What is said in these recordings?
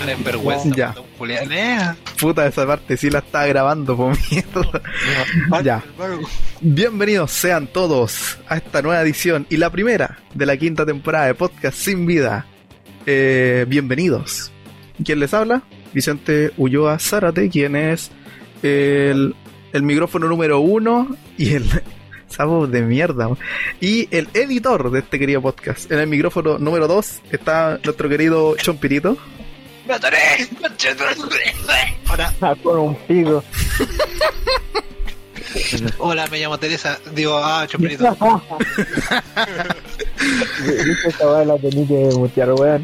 Es vergüenza. Ya. Julián, Puta, esa parte sí la estaba grabando, por mierda. Ya. Bienvenidos sean todos a esta nueva edición y la primera de la quinta temporada de Podcast Sin Vida. Bienvenidos. ¿Quién les habla? Vicente Ulloa Zárate, quien es el micrófono número 1 y el sapo de mierda y el editor de este querido podcast. En el micrófono número 2 está nuestro querido Chompirito. ¡Me atoré! Ahora, con un pico. hola, me llamo Teresa. Digo, Chomperito. Viste esta weá la tení que mutear, weón.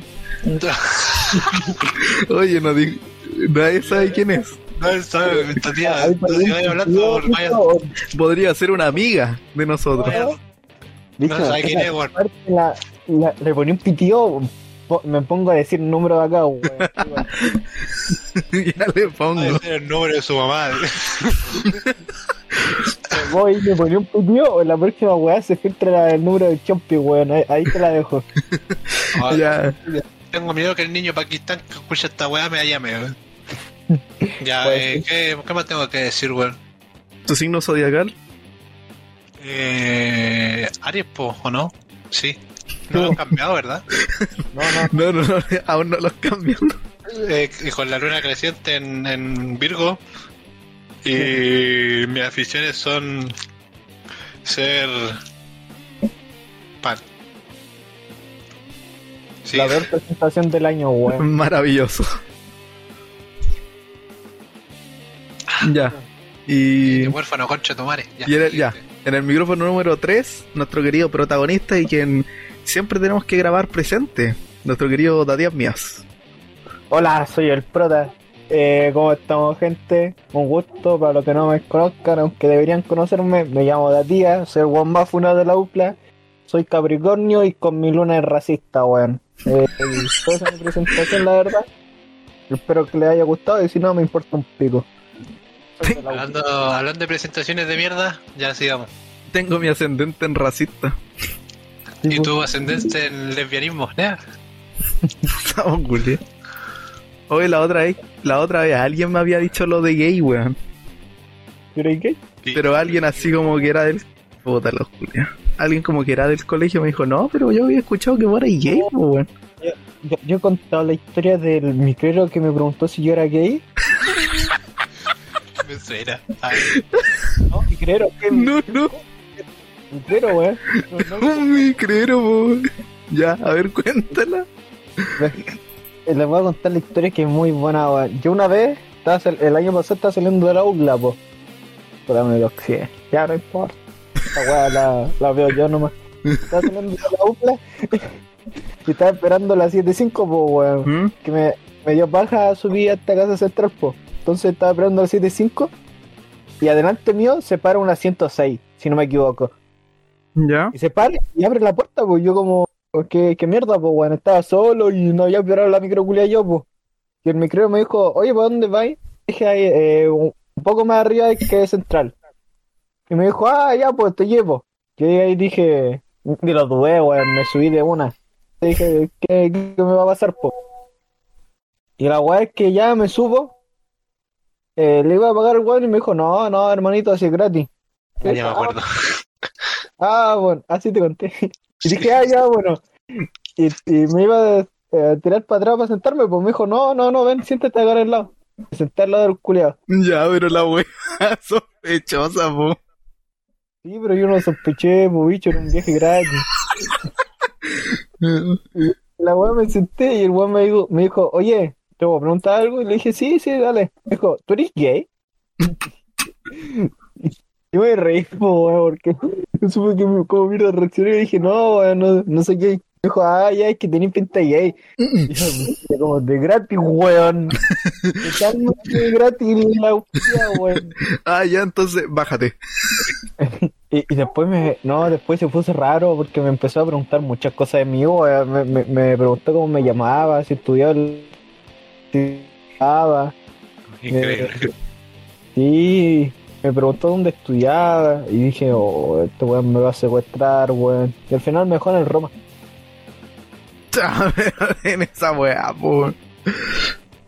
Oye, nadie sabe quién es. No sabe, esta tía. Vaya hablando, vaya. Podría ser una amiga de nosotros. No sabe quién es, weón. Le ponía un pitido, me pongo a decir un número de acá, weón. Ya le pongo. Debe ser el número de su mamá. Voy y le ponía un pitido, o en la próxima weá se filtra el número de Chompi, weón. Ahí te la dejo. Ya. Tengo miedo que el niño Pakistán que escucha esta weá me llame, weón. Ya, Pues, ¿qué más tengo que decir, weón? ¿Tu signo zodiacal? Aries, po, ¿o no? Sí. No lo han cambiado, ¿verdad? No, aún no los cambian. Y con la luna creciente en Virgo. Y mis aficiones son ser pan. Sí. La peor presentación del año, weón. Maravilloso. Ya. Y Huérfano, concha tu madre. ya. En el micrófono número 3, nuestro querido protagonista y quien siempre tenemos que grabar presente, nuestro querido Datías Mías. Hola, soy el prota. ¿Cómo estamos, gente? Un gusto para los que no me conozcan, aunque deberían conocerme. Me llamo Datías, soy el weón más funado de la UPLA. Soy Capricornio y con mi luna es racista, weón. Esa es mi presentación, la verdad. Espero que les haya gustado y si no, me importa un pico. Soy de la UPLA. Hablando de presentaciones de mierda, ya sigamos. Tengo mi ascendente en racista. Y tu ascendente en lesbianismo, ¿eh? Estamos culiados. Oye, la otra vez alguien me había dicho lo de gay, weón. ¿Pero y qué? Pero alguien así como que era del... Puta los culiados. Alguien como que era del colegio me dijo, no, pero yo había escuchado que vos eras gay, weón. Yo he contado la historia del micrero que me preguntó si yo era gay. Me suena. No, micrero, ¿qué? No. Micrero, weón. Un micrero, weón. Ya, a ver, cuéntala. Les voy a contar la historia que es muy buena, weón. Yo una vez, el año pasado estaba saliendo de la UCLA, po. Pero me lo oxidé. Ya no importa. Esta weá la veo yo nomás. Estaba saliendo de la UCLA y estaba esperando la 7.5, po, weón. Que me dio baja a subir a esta casa central, po. Entonces estaba esperando la 7.5 y adelante mío se para una 106, si no me equivoco. Ya. Y se para y abre la puerta, pues yo como, ¿qué mierda, pues, weón? Estaba solo y no había esperado la microculia yo, pues. Y el micro me dijo, oye, ¿para dónde vais? Dije, ahí, un poco más arriba que Central. Y me dijo, ya, pues, te llevo. Y ahí dije, ni lo dudé, weón, me subí de una. Y dije, ¿qué me va a pasar, pues? Y la weá es que ya me subo, le iba a pagar el weón y me dijo, no, hermanito, así es gratis. Ya me acuerdo. Bueno, así te conté. Y dije, ya, bueno. Y me iba a tirar para atrás para sentarme, pues me dijo, no, ven, siéntate acá al lado. Me senté al lado del culiado. Ya, pero la wea sospechosa, po. Sí, pero yo no sospeché, pues bicho, era un viaje gratis. Y la weá me senté y el weón me dijo, oye, ¿te voy a preguntar algo? Y le dije, sí, dale. Me dijo, ¿tú eres gay? Yo me reí, weón, porque no supe cómo mierda reaccioné y dije, no, weón, no soy gay. Me dijo, ya, es que tenés pinta de gay. Y yo, como de gratis, weón. Totalmente de gratis la hostia, weón. Ya, entonces, bájate. Y después después se puso raro porque me empezó a preguntar muchas cosas de mí, weón. Me preguntó cómo me llamaba, si estudiaba, Increíble. Sí, me preguntó dónde estudiaba y dije, este weón me va a secuestrar, weón. Y al final me dejó en el Roma. En esa weá, po.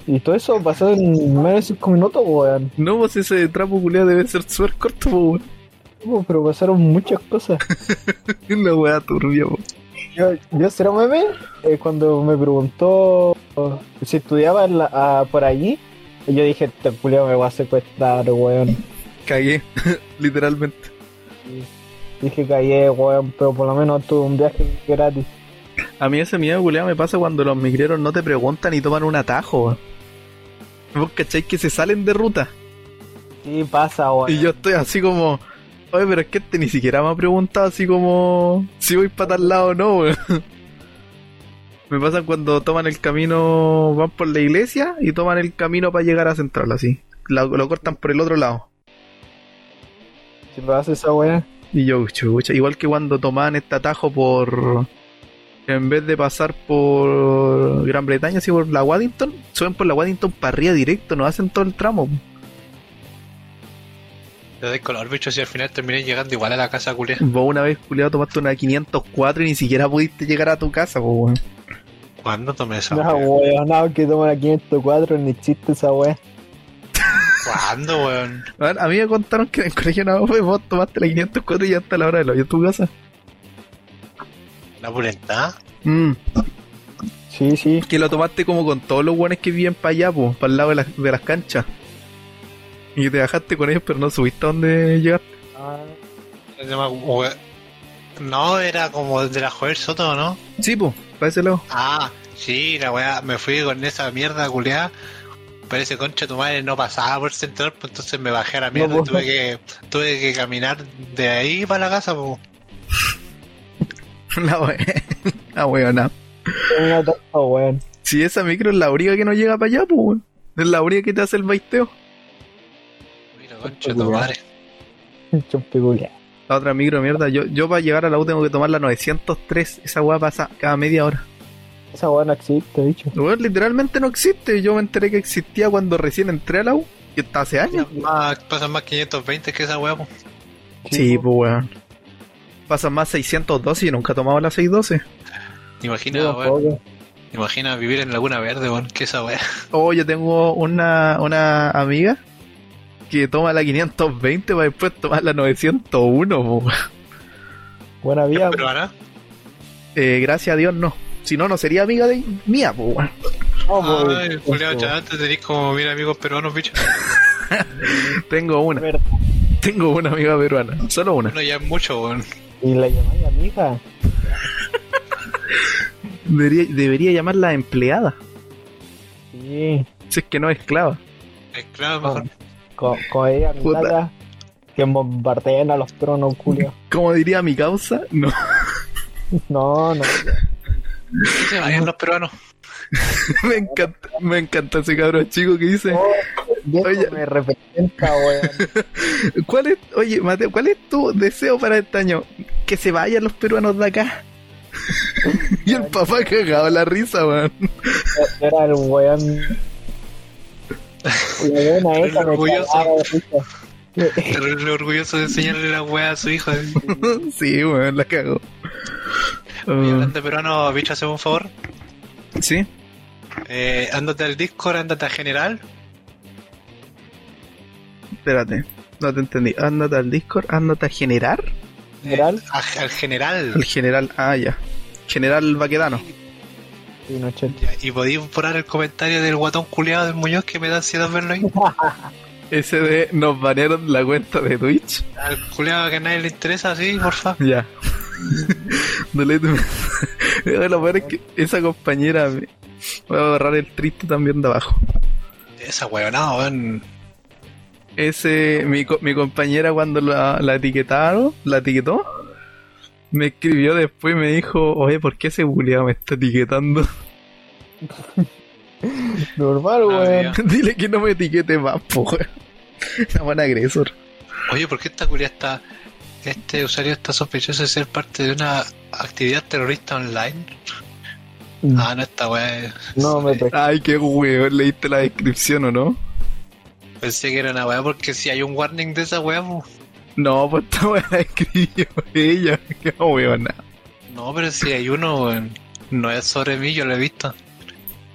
Y todo eso pasó en menos de 5 minutos, weón. No, pues ese trapo culiado debe ser súper corto, po, weón. Pero pasaron muchas cosas. Una weá turbia, po. Yo será meme, cuando me preguntó si estudiaba por allí, yo dije, este culiao me va a secuestrar, weón. Cagué, literalmente. Dije, callé, weón, pero por lo menos tuve un viaje gratis. A mí ese miedo culiado me pasa cuando los migreros no te preguntan y toman un atajo, weón. ¿Vos cacháis que se salen de ruta? Sí, pasa, weón. Y yo estoy así como... Oye, pero es que este ni siquiera me ha preguntado así como... Si voy para tal lado o no, weón. Me pasa cuando toman el camino... Van por la iglesia y toman el camino para llegar a Central, así. Lo cortan por el otro lado. Si pasa esa weá. Y yo, chucha, igual que cuando tomaban este atajo por... En vez de pasar por Gran Bretaña, así por la Waddington, suben por la Waddington para arriba directo, no hacen todo el tramo. Te doy color, bicho, si al final terminé llegando igual a la casa, culia. Vos una vez, culiado, tomaste una 504 y ni siquiera pudiste llegar a tu casa, po, weón. ¿Cuándo tomé esa No, weá? weón, no, que toma la 504, ni existe esa weá. ¿Cuándo, weón? A mí me contaron que en el colegio no, vos tomaste la 504 y ya hasta la hora de hoyo en tu casa. ¿La pulenta? Sí. Que lo tomaste como con todos los buenos que viven para allá, po, para el lado de las canchas. Y te bajaste con ellos, pero no subiste a donde llegaste. No, era como de la Joel Soto, ¿no? Sí, po, para ese lado. Ah, sí, la weá, me fui con esa mierda culiada. Parece concha tu madre no pasaba por Central, pues entonces me bajé a la mierda y tuve que caminar de ahí para la casa, pues. La weona. Una tapa, weón. Si esa micro es la única que no llega para allá, pues, weón. Es la única que te hace el baiteo. Mira, concha tu madre. Chompiculia. La otra micro, mierda. Yo para llegar a la U tengo que tomar la 903. Esa weá pasa cada media hora. Esa weá no existe, bicho. Weón, literalmente no existe. Yo me enteré que existía cuando recién entré a la U. Y está hace años. Pasan más 520 que esa weá, pues. Sí, pues, weón. Pasan más 612 y nunca he tomado la 612. Imagina, weón. Imagina vivir en Laguna Verde, weón. ¿Qué esa weá? Oh, yo tengo una amiga que toma la 520 para después tomar la 901, po. Buena vida. ¿Es peruana? Gracias a Dios no. Si no, no sería amiga de mía, po, weón. Ay, Julio, chaval, te tenés como mil amigos peruanos, bicho. Tengo una amiga peruana. Solo una. No, ya es mucho, weón. Y la llamáis amiga. Debería llamarla empleada. Sí. Si es que no es esclava. Esclava, mejor. Con ella, plata, que bombardean a los tronos, Julio. Como diría mi causa, no. No. Que se vayan los peruanos. me encanta ese cabrón chico que dice. Oye, me representa, weón. Oye, Mateo, ¿cuál es tu deseo para este año? Que se vayan los peruanos de acá. Y el papá cagado la risa, weón. Era el weón. La buena esa me cagaba de risa. Terrible orgulloso de enseñarle la weá a su hijo. Sí, weón, la cagó. Hablando de peruano, bicho, hazme un favor. Sí. Ándate al Discord, ándate a general. Espérate, no te entendí. Ándate al Discord, ándate a generar. ¿General? Al general. El general, ya. General Baquedano. Pinochet. Ya, y podéis borrar el comentario del guatón culiado del Muñoz que me da ansiedad verlo ahí. Ese de nos banearon la cuenta de Twitch. Al culiado que a nadie le interesa, sí, porfa. Ya. Lo peor es que esa compañera voy a borrar el triste también de abajo. Esa weonada, weón. Mi compañera cuando la etiquetó, me escribió después y me dijo, oye, ¿por qué ese buleado me está etiquetando? Normal, weón. Dile que no me etiquete más, po, weón. Es un buen agresor. Oye, ¿por qué esta culia está... Este usuario está sospechoso de ser parte de una actividad terrorista online? No, esta weá. No, me pesco. Ay, qué weón, leíste la descripción, ¿o no? Pensé que era una weá porque si hay un warning de esa weá, pues. No, pues esta weá la escribió ella, qué weona. No, pero si hay uno, weón. No es sobre mí, yo lo he visto.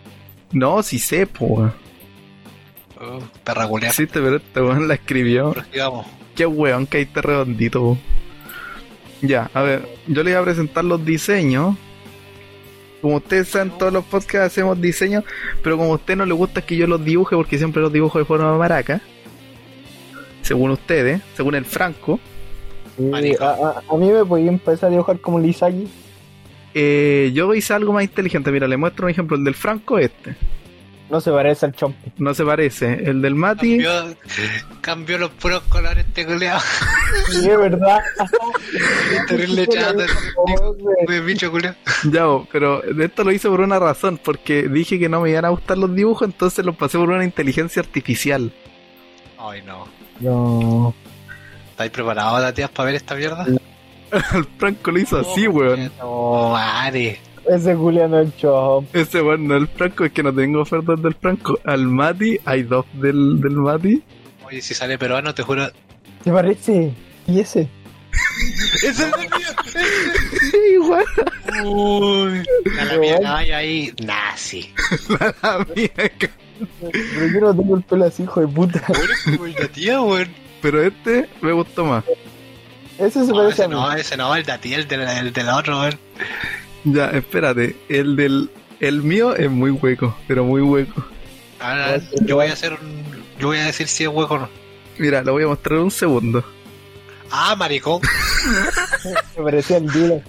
No, sí sé, po. Perra culiá. Sí, pero este weón la escribió. Digamos. Qué weón que ahí está redondito, po. Ya, a ver, yo les voy a presentar los diseños. Como ustedes saben, todos los podcasts hacemos diseños, pero como a usted no le gusta que yo los dibuje, porque siempre los dibujo de forma maraca, según ustedes, según el Franco. A mí me podía empezar a dibujar como Lisagi. Yo hice algo más inteligente. Mira, le muestro un ejemplo. El del Franco, No se parece al Chompi. no se parece. El del Mati, Cambió los puros colores este culiao. Sí, es verdad. Terrible chato. De bicho culiao. ya, pero de esto lo hice por una razón, porque dije que no me iban a gustar los dibujos, entonces los pasé por una inteligencia artificial. Ay, no. No. ¿Estáis preparados, Tatías, para ver esta mierda? El Franco lo hizo así, weón. No, madre. Ese Juliano el Chompi. Ese weón no es el Franco, es que no tengo ofertas del Franco. Al Mati, hay dos del Mati. Oye, si sale peruano, te juro. ¿Te parece? ¿Y ese? ¡Ese es el mío! Igual. Uy. La mía caballo ahí, nazi. La mía, Pero yo no tengo el pelo así, hijo de puta. Como el Tatías, weón. pero este me gustó más. Ese se No, parece ese a mí. no, ese no, el Tatías, el del otro, weón. Ya, espérate. El mío es muy hueco, pero muy hueco. Ahora, yo voy a decir si es hueco o no. Mira, lo voy a mostrar un segundo. Ah, maricón. Me parecía el dealer.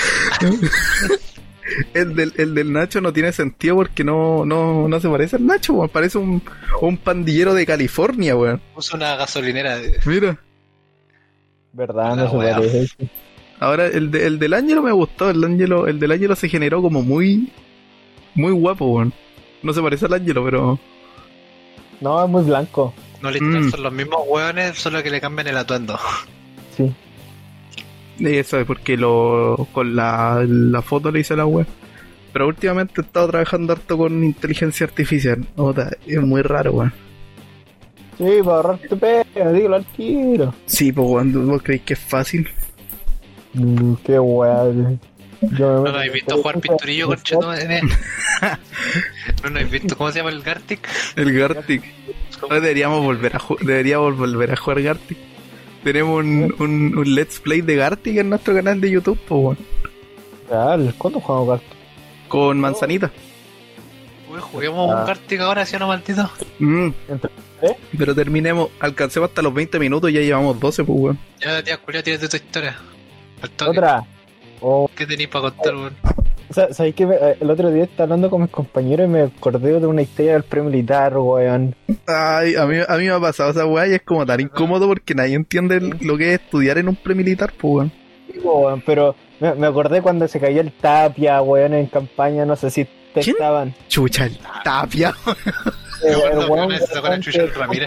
El del Nacho no tiene sentido porque no se parece al Nacho, weón. Parece un pandillero de California, weón. Puso una gasolinera. Mira. ¿Verdad? La No se wea. parece. Ahora, el del Ángelo me gustó. El del Ángelo se generó como muy guapo, weón. No se parece al Ángelo, pero... No, es muy blanco. No, literal, son los mismos hueones, solo que le cambian el atuendo. Sí. Eso es porque con la foto le hice la web. Pero últimamente he estado trabajando harto con inteligencia artificial. Ota, es muy raro, weón. Sí, para ahorrarte pega, dígalo al tiro. Sí, pues weón, ¿vos creéis que es fácil? Qué weá. ¿No lo habéis visto jugar pistorillo con Cheto? ¿No lo habéis visto? ¿Cómo se llama el Gartic? El Gartic. Deberíamos volver a jugar Gartic. Tenemos un Let's Play de Gartic en nuestro canal de YouTube, pues weón. Real, ¿cuándo jugamos Gartic? Con Manzanita. Uy, juguemos un Gartic ahora, ¿sí o no, maldito? Pero alcancemos hasta los 20 minutos y ya llevamos 12, pues weón. Ya, tía, culiao, tírate tu historia. Al toque. Otra. ¿Qué tenéis para contar, weón? O sea, ¿sabéis que el otro día estaba hablando con mis compañeros y me acordé de una historia del pre-militar, weón? Ay, a mí me ha pasado esa weá y es como tan incómodo porque nadie entiende lo que es estudiar en un premilitar, pues weón. Sí, weón, pero me acordé cuando se cayó el Tapia, weón, en campaña, no sé si te ¿Quién? estaban. Chucha, el Tapia. Me acuerdo que se sacó la chucha el Ramírez.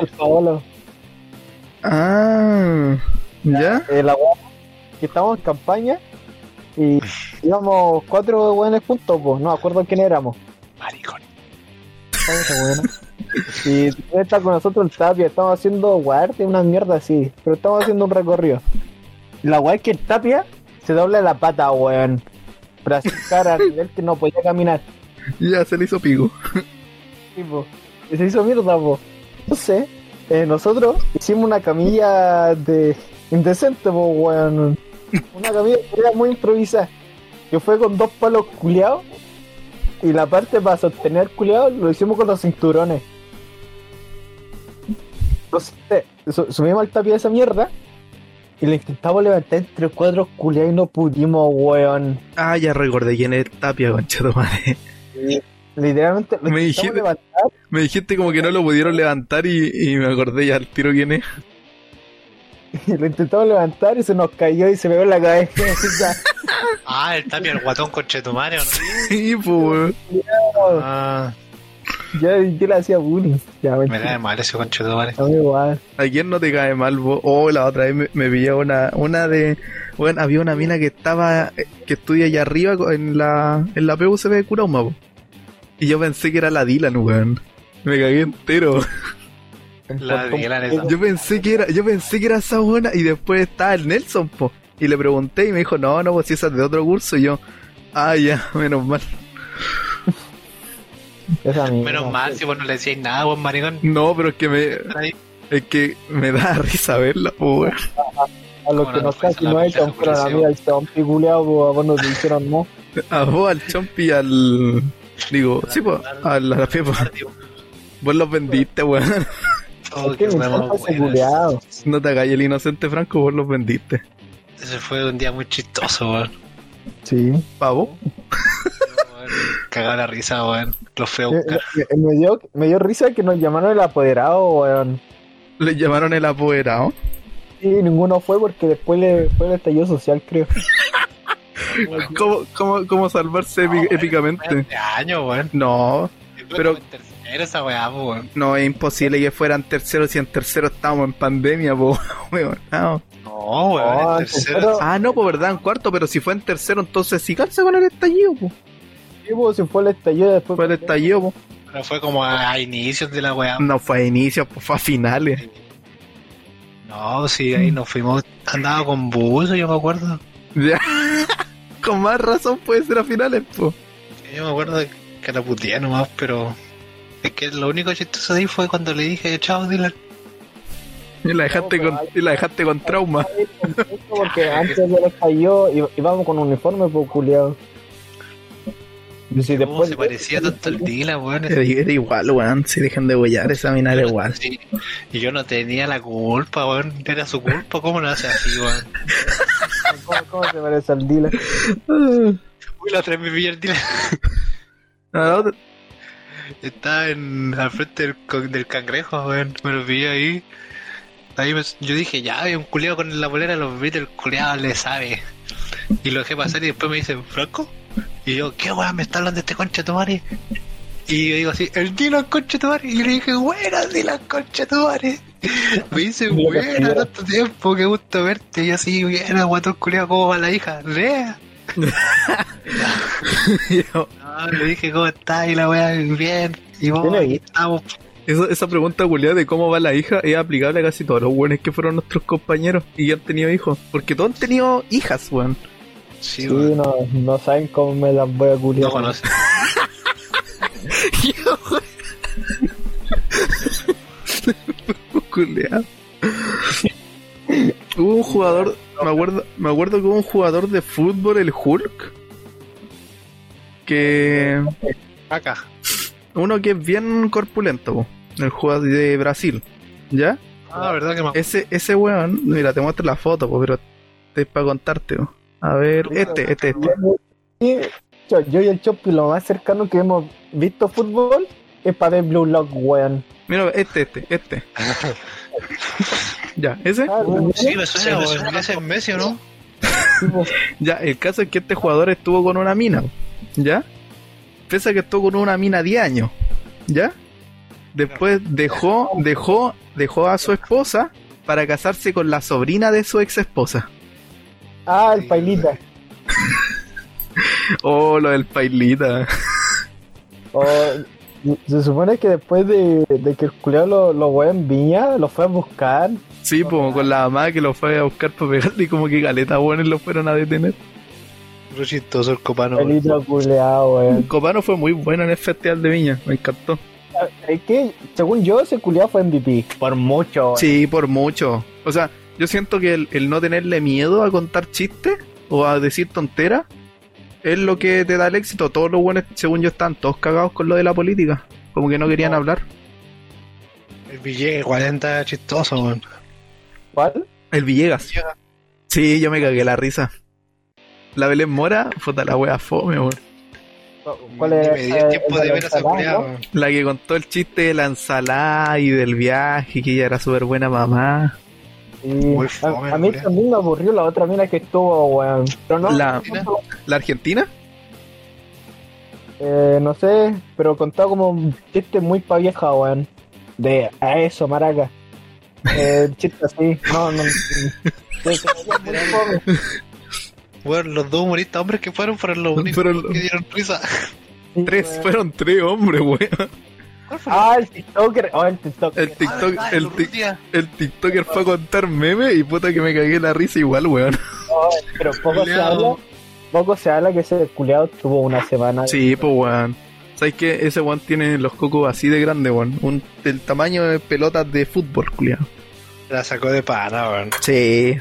Ah, ¿ya? La weón, que estábamos en campaña y íbamos 4 weones juntos, pues, no me acuerdo quién éramos. Maricón. Y está con nosotros el Tapia, estamos haciendo guardia, una mierda así, pero estamos haciendo un recorrido. La weá es que el Tapia se dobla la pata, weón, para acercar a nivel que no podía caminar. Ya se le hizo pico. Tipo, y se hizo mierda, po. No sé, nosotros hicimos una camilla indecente, po, weón. Una camilla que era muy improvisada, que fue con 2 palos culeados. Y la parte para sostener culeado lo hicimos con los cinturones. Entonces, subimos al Tapia de esa mierda y le intentamos levantar entre 4 culeados y no pudimos, weón. Ah, ya recordé quién es Tapia, concha tu madre. Literalmente lo Me intentamos dijiste- levantar Me dijiste como que no lo pudieron levantar y me acordé ya al tiro quién es. y lo intentamos levantar y se nos cayó y se pegó en la cabeza. Ah, el Tapia, el guatón con Chetumare, ¿o no? Sí, pues weón. Ah, Yo le hacía bullying. Ya, me cae mal ese con Chetumare. A mí igual. ¿A quién no te cae mal vos? Oh, la otra vez me pilló una de... Bueno, había una mina que estudia allá arriba en la PUCB de Curauma, po. Y yo pensé que era la Dylan, weón. Me cagué entero. La Dylan esa. Yo pensé que era esa buena y después estaba el Nelson, po. Y le pregunté y me dijo, no, pues si esa es de otro curso. Y yo, ah, ya, menos mal. Esa misma. Menos mal si vos no le decíais nada, vos maricón. No, pero es que me da risa verla, pues. A los que nos casi no echan, pero a mí al Chompi culeado, pues a vos no te dijeron no. A vos, al Chompi y al... Digo, sí, pues, a la Pepa. Vos los vendiste, weón. ¿Por qué me importa ese culeado? No te hagas el inocente, Franco, vos los vendiste. Ese fue un día muy chistoso, weón. Sí. ¿Pavo? Cagaba la risa, weón. Lo fue a buscar. Me dio risa que nos llamaron el apoderado, weón. ¿Le llamaron el apoderado? Sí, ninguno fue porque después fue el estallido social, creo. ¿Cómo salvarse épicamente? Este año, weón. No, pero... Esa weá, weón. No, es imposible que fueran terceros si en tercero estábamos en pandemia, po, weón. No, weón, en tercero. Ah, no, pues verdad, en cuarto, pero si fue en tercero, entonces sí calza con el estallido, po. Sí, pues si fue el estallido después. Fue el estallido, po. Pero fue como a inicios de la weá. No fue a inicios, pues fue a finales. No, sí, ahí nos fuimos. Andaba con buzo, yo me acuerdo. Ya. Con más razón puede ser a finales, po. Sí, yo me acuerdo que la puteé nomás, pero... Es que lo único chistoso de ahí fue cuando le dije chao, Dylan. Y la dejaste con trauma. Porque antes del estallido íbamos con uniforme, pues culiado. Sí, después se parecía tanto al Dylan, weón. Era igual, weón. Si dejan de bollar, esa mina era igual. Sí. Y yo no tenía la culpa, weón. Era su culpa. ¿Cómo lo hace así, weón? ¿Cómo se parece al Dylan? Uy, la otra vez me pillé el Dylan. Estaba al frente del cangrejo, weón. Me lo pillé ahí. Yo dije, ya, había un culiado con la bolera, los vi, el culiado le sabe. Y lo dejé pasar y después me dicen, ¿Franco? Y yo, ¿qué weón me está hablando este concha de tu madre? Y yo digo así, el Dylan concha de tu madre. Y yo le dije, buena Dylan concha de tu madre. Me dice, buena, tanto tiempo, qué gusto verte. Y yo así, bien, guatón culiado, ¿cómo va la hija? Rea. No, le dije, ¿cómo estás? Y la weá, bien. Y vos, aquí estamos. Esa pregunta culiada de cómo va la hija es aplicable a casi todos los weones que fueron nuestros compañeros y que han tenido hijos. Porque todos han tenido hijas, weón. Sí, no saben cómo me las voy a culiar. No conocen. Culeado. Hubo un jugador, me acuerdo que hubo un jugador de fútbol, el Hulk, que... Acá. Uno que es bien corpulento, po. El jugador de Brasil, ¿ya? Ah, verdad que me... Ese weón, mira, te muestro la foto, po, pero es para contarte, po. A ver, este. Yo y el Chopi, lo más cercano que hemos visto fútbol es para el Blue Lock, weón. Mira, este. Ya, ¿ese? Sí, me suena, weón. Ese es Messi, ¿o no? Ya, el caso es que este jugador estuvo con una mina, ¿ya? Pese a que estuvo con una mina 10 años, ¿ya? Después dejó a su esposa para casarse con la sobrina de su ex esposa. Ah, el Pailita. Oh, lo del Pailita. Se supone que después de que el culiao lo fue en Viña, lo fue a buscar. Sí, pues con la mamá que lo fue a buscar para pegarle y como que caleta buenos lo fueron a detener. Lo chistoso el Copano. Pailita culiao, weón. Copano fue muy bueno en el Festival de Viña, me encantó. Es que, según yo, ese culiao fue MVP. Por mucho, weón. Sí, por mucho. O sea, yo siento que el no tenerle miedo a contar chistes o a decir tonteras es lo que te da el éxito. Todos los buenos, según yo, están todos cagados con lo de la política. Como que no querían hablar. El Villegas, 40 chistoso, weón. ¿Cuál? El Villegas. Sí, yo me cagué la risa. La Belén Mora, puta la wea fome, weón. ¿Cuál es? Me dio tiempo de ver esa culiada, weón. La que contó el chiste de la ensalada y del viaje, que ella era súper buena mamá. Sí. A mí también me aburrió la otra mina que estuvo, weón. Pero no. ¿La Argentina? No sé, pero contaba como un chiste muy pa' vieja, weón. De a eso, maraca. Chiste así. No. Bueno, los dos humoristas hombres que fueron los únicos que dieron risa. Fueron tres hombres, weón. El TikToker. El TikToker fue a contar memes y puta que me cagué la risa igual, weón. Pero poco se habla que ese culiado tuvo una semana. Sí, pues weón. ¿Sabes qué? Ese weón tiene los cocos así de grande, weón. Del tamaño de pelotas de fútbol, culiao. La sacó de pana, weón. Sí.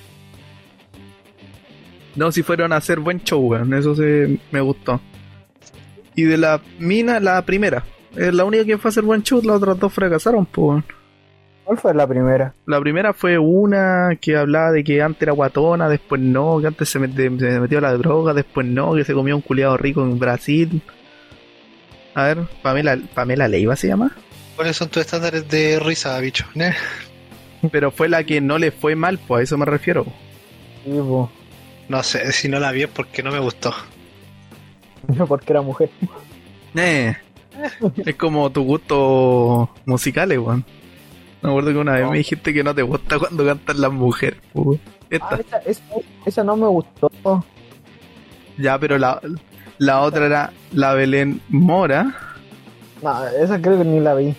No, si fueron a hacer buen show, weón. Eso me gustó. Y de la mina, la primera. Es la única que fue a hacer buen show, las otras dos fracasaron, pues, weón. ¿Cuál fue la primera? La primera fue una que hablaba de que antes era guatona, después no, que antes se metió a la droga, después no, que se comía un culiado rico en Brasil. A ver, Pamela Leiva se llama. ¿Cuáles son tus estándares de risa, bicho? Pero fue la que no le fue mal, pues a eso me refiero. Sí, po. No sé, si no la vi es porque no me gustó. Porque era mujer. Es como tu gusto musicales, weón. Me acuerdo que una vez me dijiste que no te gusta cuando cantan las mujeres, weón. Esa no me gustó. Ya, pero la otra era la Belén Mora. No, esa creo que ni la vi.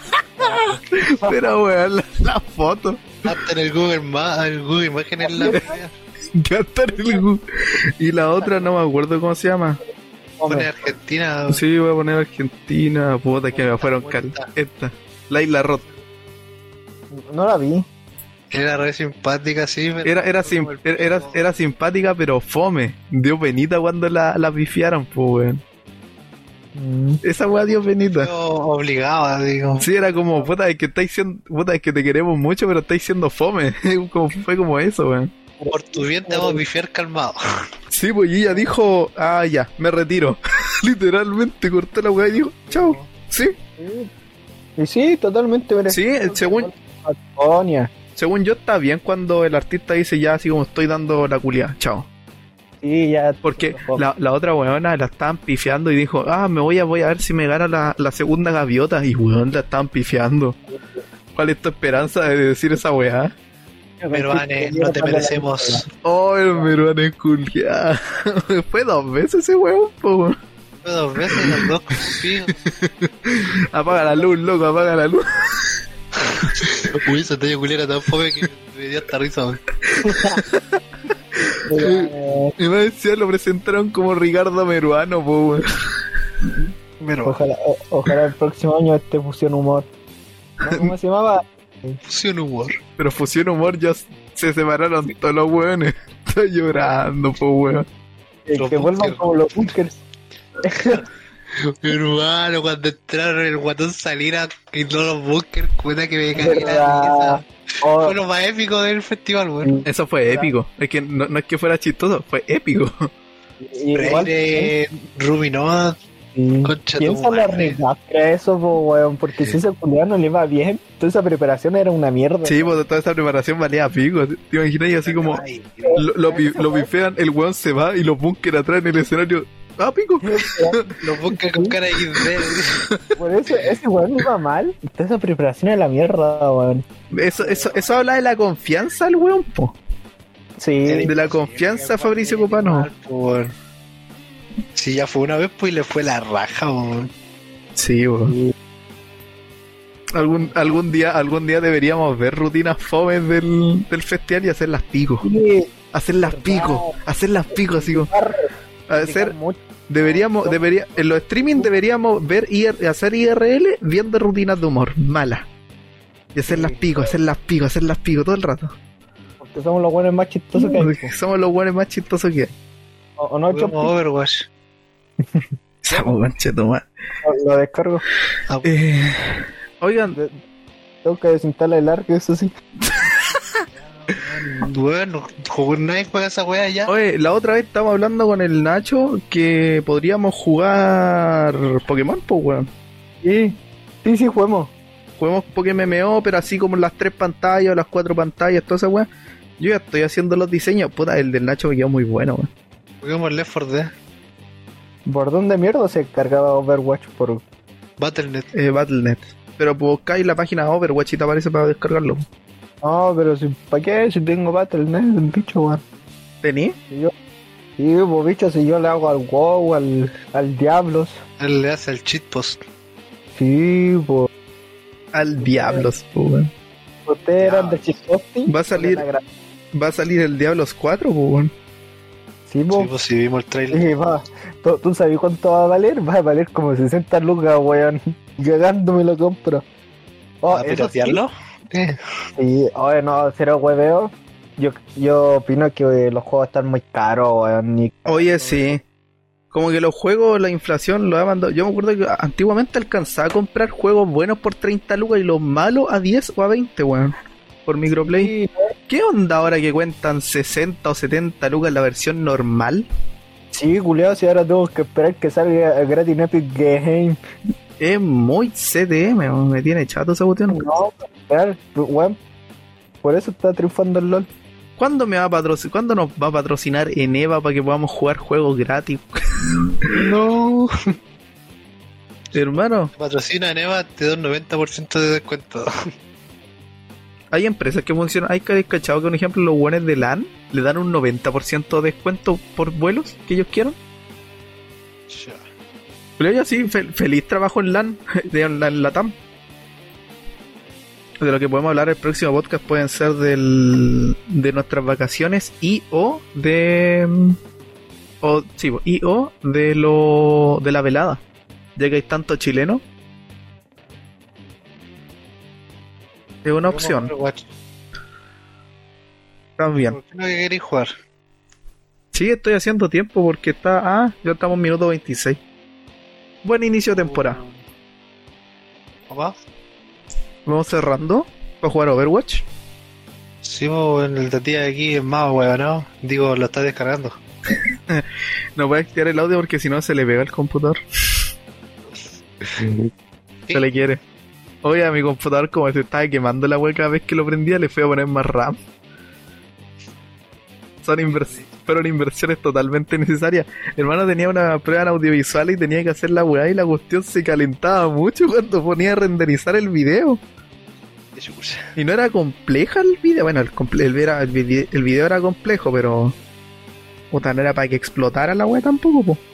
Pero weón, la foto. Hasta en el Google Imágenes la Canta en el Google. Y la otra no me acuerdo cómo se llama. pone Argentina. Sí, voy a poner Argentina. Puta que me fueron esta. Laila Roth. No la vi. Era re simpática, sí. Pero era simpática, pero fome. Dio penita cuando la pifiaron, pues, weón. Esa weá dio penita. Obligaba, digo. Sí, era como, puta, es que te queremos mucho, pero estáis siendo fome. Fue como eso, weón. Por tu bien te vamos a pifiar calmado. Sí, pues y ella dijo, ya, me retiro. Literalmente cortó la weá y dijo, chao. Sí. Y sí, totalmente merecido. Sí, según yo está bien cuando el artista dice ya así como estoy dando la culiada, chao. Sí, ya. Porque la otra weona la estaban pifiando y dijo, me voy a ver si me gana la segunda gaviota. Y weón, la estaban pifiando. ¿Cuál es tu esperanza de decir esa weá? Meruane, no te merecemos. Oh, el Meruane culiada. Fue 2 veces ese weón, po. Fue 2 veces, los dos consigo. Apaga la luz, loco, apaga la luz. Uy, esa talla culera tan fome que me dio hasta risa, weón. Y me decía, lo presentaron como Ricardo Meruano, po, weón. Ojalá el próximo año este Fusión Humor. ¿Cómo se llamaba? Fusión Humor. Pero Fusión Humor ya se separaron todos los weones. Estoy llorando, po, weón. Que vuelvan como los bunkers. Hermano, cuando entraron el guatón Salinas y todos los bunkers, cuenta que me cagué la risa. Fue lo más épico del festival, weón. Eso fue épico. Es que no es que fuera chistoso, fue épico. Igual Rubinot. Piensa la realidad que eso, weón, porque si ese culiao no le va bien, toda esa preparación era una mierda. Sí, pues toda esa preparación valía pico. ¿Te imaginas? Y así como lo bifean, el weón se va y los bunkers atrás en el escenario. Pico. Los bunkers con cara XD. Por eso ese weón iba mal. Toda esa preparación era la mierda, weón. Eso habla de la confianza al weón, po. Sí. De la confianza Fabricio Copano. Sí, ya fue una vez, pues, y le fue la raja, weón. Sí, weón. Algún día deberíamos ver rutinas fomes del festival y hacerlas pico. Sí. Hacerlas pico, así como. En los streaming deberíamos hacer IRL viendo rutinas de humor malas. Y hacerlas pico todo el rato. Porque somos los buenos más chistosos que hay. Somos los buenos más chistosos que hay. O no, Overwatch. Lo descargo. Oigan, tengo que desinstalar el arco, eso sí. Bueno, nadie juega esa wea ya. Oye, la otra vez estábamos hablando con el Nacho que podríamos jugar Pokémon, pues, weón. Sí, juguemos. Juguemos Pokémon MMO, pero así como las 3 pantallas o las 4 pantallas, toda esa weá. Yo ya estoy haciendo los diseños. Puta, el del Nacho me quedó muy bueno, weón. Juguemos Left 4 Dead. ¿Por dónde mierda se cargaba Overwatch? Por Battle.net. Battle.net. Pero buscáis la página Overwatch y te aparece para descargarlo. No, pero ¿para qué? Si tengo Battle.net, bicho, weón. ¿Tení? Sí, pues bicho, si yo le hago al WoW, al Diablos. Él le hace el cheat post. Sí, pues. Al Diablos, pues, weón. ¿Ustedes eran de cheat-posting? Va a salir el Diablos 4, pues, weón. Sí, pues. Sí, pues sí, vimos el trailer. Sí, ¿Tú sabes cuánto va a valer? Va a valer como 60 lucas, weón. Cagándome lo compro. ¿Va a piratearlo? Sí, oye, no, cero hueveo. Yo opino que los juegos están muy caros, weón. Oye, sí. Como que los juegos, la inflación lo ha mandado. Yo me acuerdo que antiguamente alcanzaba a comprar juegos buenos por 30 lucas y los malos a 10 o a 20, weón. Por microplay. Sí. ¿Qué onda ahora que cuentan 60 o 70 lucas la versión normal? Sí, culiado, si ahora tengo que esperar que salga gratis en Epic Game. Es muy CDM, weón. Me tiene chato esa cuestión. No, esperar, weón. Por eso está triunfando el LOL. ¿Cuándo nos va a patrocinar Eneva para que podamos jugar juegos gratis? No. Hermano, Patrocina Eneva, te da un 90% de descuento. hay empresas que funcionan. Hay que haber cachado que, por ejemplo, los buenos de LAN le dan un 90% de descuento por vuelos que ellos quieran. Pero yo sí, feliz trabajo en LAN, en la TAM. De lo que podemos hablar el próximo podcast pueden ser de nuestras vacaciones y o de la velada, ya que hay tanto chileno. Es una opción también. ¿Por qué no queréis jugar? Sí, estoy haciendo tiempo porque ya estamos en minuto 26. Buen inicio de temporada. ¿Cómo? Vamos cerrando para jugar Overwatch. Sí, en el día de aquí es más weón, ¿no? Digo, lo está descargando. No voy a activar el audio porque si no se le pega al computador. Se le quiere. Oye, a mi computador, como se estaba quemando la web cada vez que lo prendía, le fui a poner más RAM. Fueron inversiones totalmente necesarias. Hermano, tenía una prueba en audiovisual y tenía que hacer la weá y la cuestión se calentaba mucho cuando ponía a renderizar el video. Y no era compleja el video. Bueno, el video era complejo, pero puta, no era para que explotara la weá tampoco, po.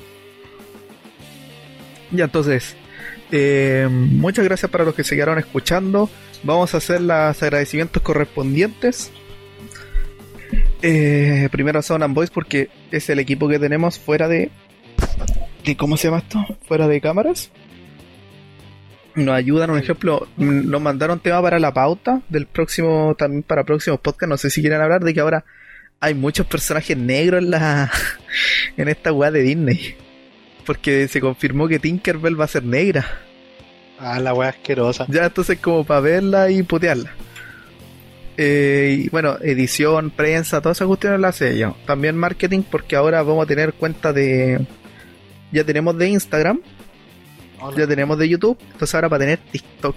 Ya, entonces, muchas gracias para los que se quedaron escuchando. Vamos a hacer los agradecimientos correspondientes. Primero a Sound and Voice porque es el equipo que tenemos fuera de ¿cómo se llama esto? Fuera de cámaras. Nos ayudan, un ejemplo, nos mandaron tema para la pauta del próximo, también para próximos podcasts. No sé si quieren hablar de que ahora hay muchos personajes negros en esta weá de Disney, porque se confirmó que Tinkerbell va a ser negra. Ah, la weá asquerosa. Ya, entonces como para verla y putearla. Y bueno, edición, prensa, todas esas cuestiones las hace yo. También marketing, porque ahora vamos a tener cuenta ya tenemos de Instagram. Hola. Ya tenemos de YouTube. Entonces ahora para tener TikTok.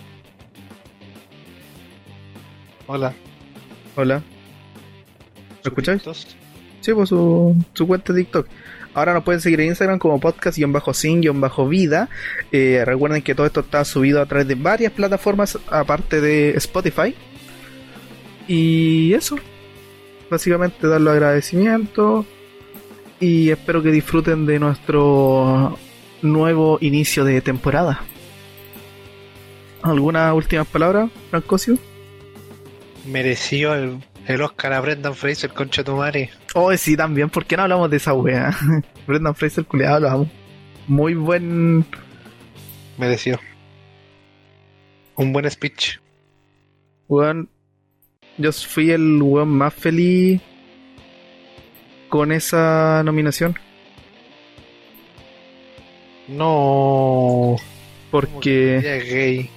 Hola. ¿Me escucháis? Sí, pues su cuenta de TikTok. Ahora nos pueden seguir en Instagram como podcast-sin-vida. Recuerden que todo esto está subido a través de varias plataformas aparte de Spotify. Y eso, básicamente dar los agradecimientos y espero que disfruten de nuestro nuevo inicio de temporada. ¿Algunas últimas palabras, Francosio? Mereció el Oscar a Brendan Fraser, concha tu madre. Oh, sí, también, ¿por qué no hablamos de esa wea? Brendan Fraser, culiado, lo amo. Muy buen... Mereció un buen speech. Weón, yo fui el weón más feliz con esa nominación. No, porque es gay.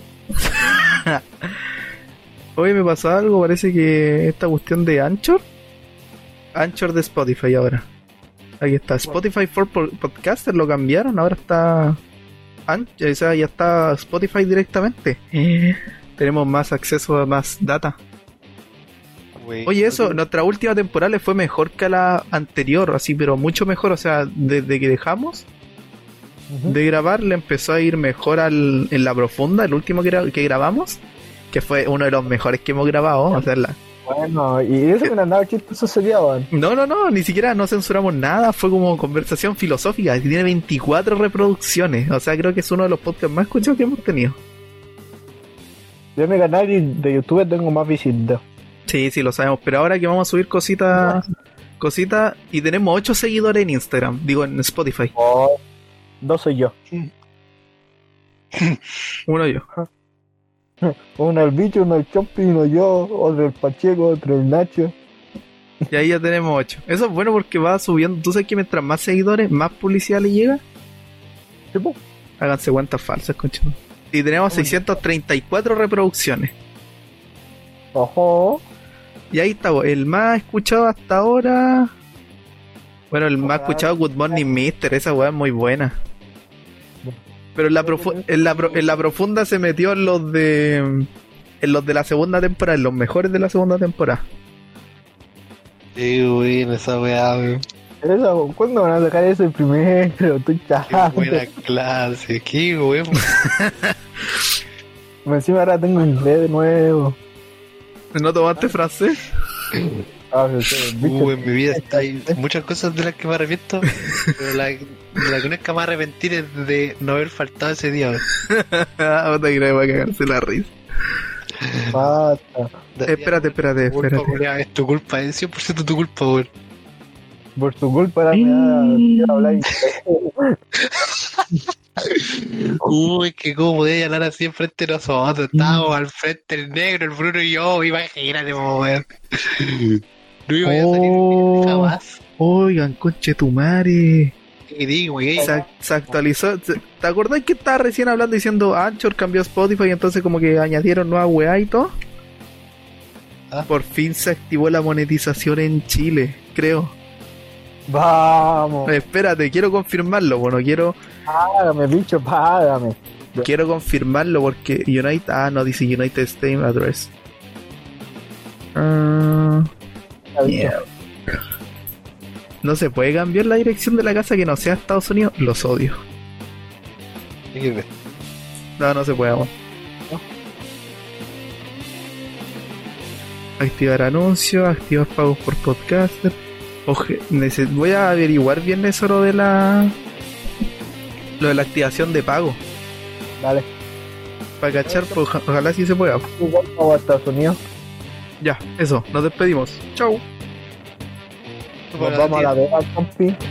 Oye, me pasó algo, parece que esta cuestión de Anchor de Spotify ahora. Aquí está, Spotify for Podcaster lo cambiaron, ahora está o sea, ya está Spotify directamente. Tenemos más acceso a más data. Oye, eso, nuestra última temporada le fue mejor que a la anterior, así, pero mucho mejor, o sea, desde que dejamos de grabar le empezó a ir mejor en La Profunda, el último que grabamos, que fue uno de los mejores que hemos grabado, o sea, bueno, y eso que no andaba chistoso sería, weón. No, ni siquiera no censuramos nada, fue como conversación filosófica, y tiene 24 reproducciones, o sea, creo que es uno de los podcasts más escuchados que hemos tenido. Yo en mi canal de YouTube tengo más visitas. Sí, lo sabemos, pero ahora que vamos a subir cositas cositas. Y tenemos 8 seguidores en Instagram, digo en Spotify. Oh, 2 soy yo. Uno yo. Uno el bicho, uno el Chompi, uno yo, otro el Pacheco, otro el Nacho. Y ahí ya tenemos 8. Eso es bueno porque va subiendo. ¿Tú sabes que mientras más seguidores, más publicidad le llega? ¿Sí, po? Háganse cuentas falsas, concha. Y tenemos 634 reproducciones. Ojo. Y ahí está, el más escuchado hasta ahora. Bueno, el más escuchado, Good Morning Mister. Esa weá es muy buena. Pero en la profunda se metió en los de la segunda temporada, en los mejores de la segunda temporada. Qué buena esa weá, weón. ¿Cuándo van a sacar ese primero? Estoy Qué chajando. buena clase, qué weón. Encima ahora tengo inglés de nuevo. ¿No tomaste francés? En mi vida hay muchas cosas de las que me arrepiento, pero la que nunca me voy a arrepentir es de no haber faltado ese día, weón. No te creo, va a cagarse la risa. Basta. Espérate. Es tu culpa, es 100% tu culpa, weón. Por tu culpa la quiero hablar inglés. Uy, que cómo podía hablar así enfrente de nosotros. Estábamos al frente el negro, el Bruno y yo. Imagínate, weón. No iba a salir jamás. Oigan, conche tu madre. Y digo, güey. Se actualizó. ¿Te acordás que estaba recién hablando diciendo Anchor cambió a Spotify y entonces como que añadieron nueva weá y todo? ¿Ah? Por fin se activó la monetización en Chile, creo. Vamos. Espérate, quiero confirmarlo, bueno, Págame, bicho, págame. quiero confirmarlo porque no dice United States Address. Yeah. No se puede cambiar la dirección de la casa que no sea Estados Unidos. Los odio. No se puede, amor. Activar anuncios, activar pagos por podcaster. Voy a averiguar bien eso lo de la activación de pago. Dale. Para cachar, pues, ojalá sí se pueda. Igual pago a Estados Unidos. Ya, eso, nos despedimos. Chau. Nos vamos a la Vega, compi.